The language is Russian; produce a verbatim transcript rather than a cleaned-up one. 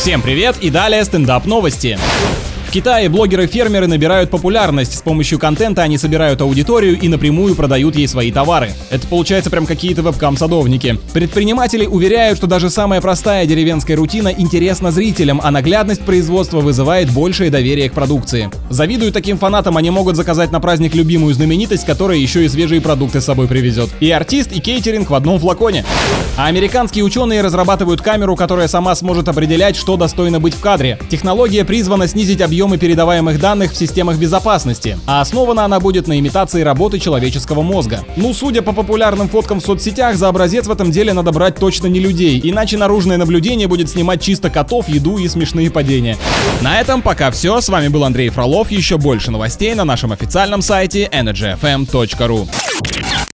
Всем привет и далее стендап новости. В Китае блогеры-фермеры набирают популярность. С помощью контента они собирают аудиторию и напрямую продают ей свои товары. Это получается прям какие-то вебкам-садовники. Предприниматели уверяют, что даже самая простая деревенская рутина интересна зрителям, а наглядность производства вызывает большее доверие к продукции. Завидую таким фанатам, они могут заказать на праздник любимую знаменитость, которая еще и свежие продукты с собой привезет. И артист, и кейтеринг в одном флаконе. А американские ученые разрабатывают камеру, которая сама сможет определять, что достойно быть в кадре. Технология призвана снизить объем передаваемых данных в системах безопасности, а основана она будет на имитации работы человеческого мозга. Ну, судя по популярным фоткам в соцсетях, за образец в этом деле надо брать точно не людей, иначе наружное наблюдение будет снимать чисто котов, еду и смешные падения. На этом пока все. С вами был Андрей Фролов. Еще больше новостей на нашем официальном сайте энерджи эф эм точка ру.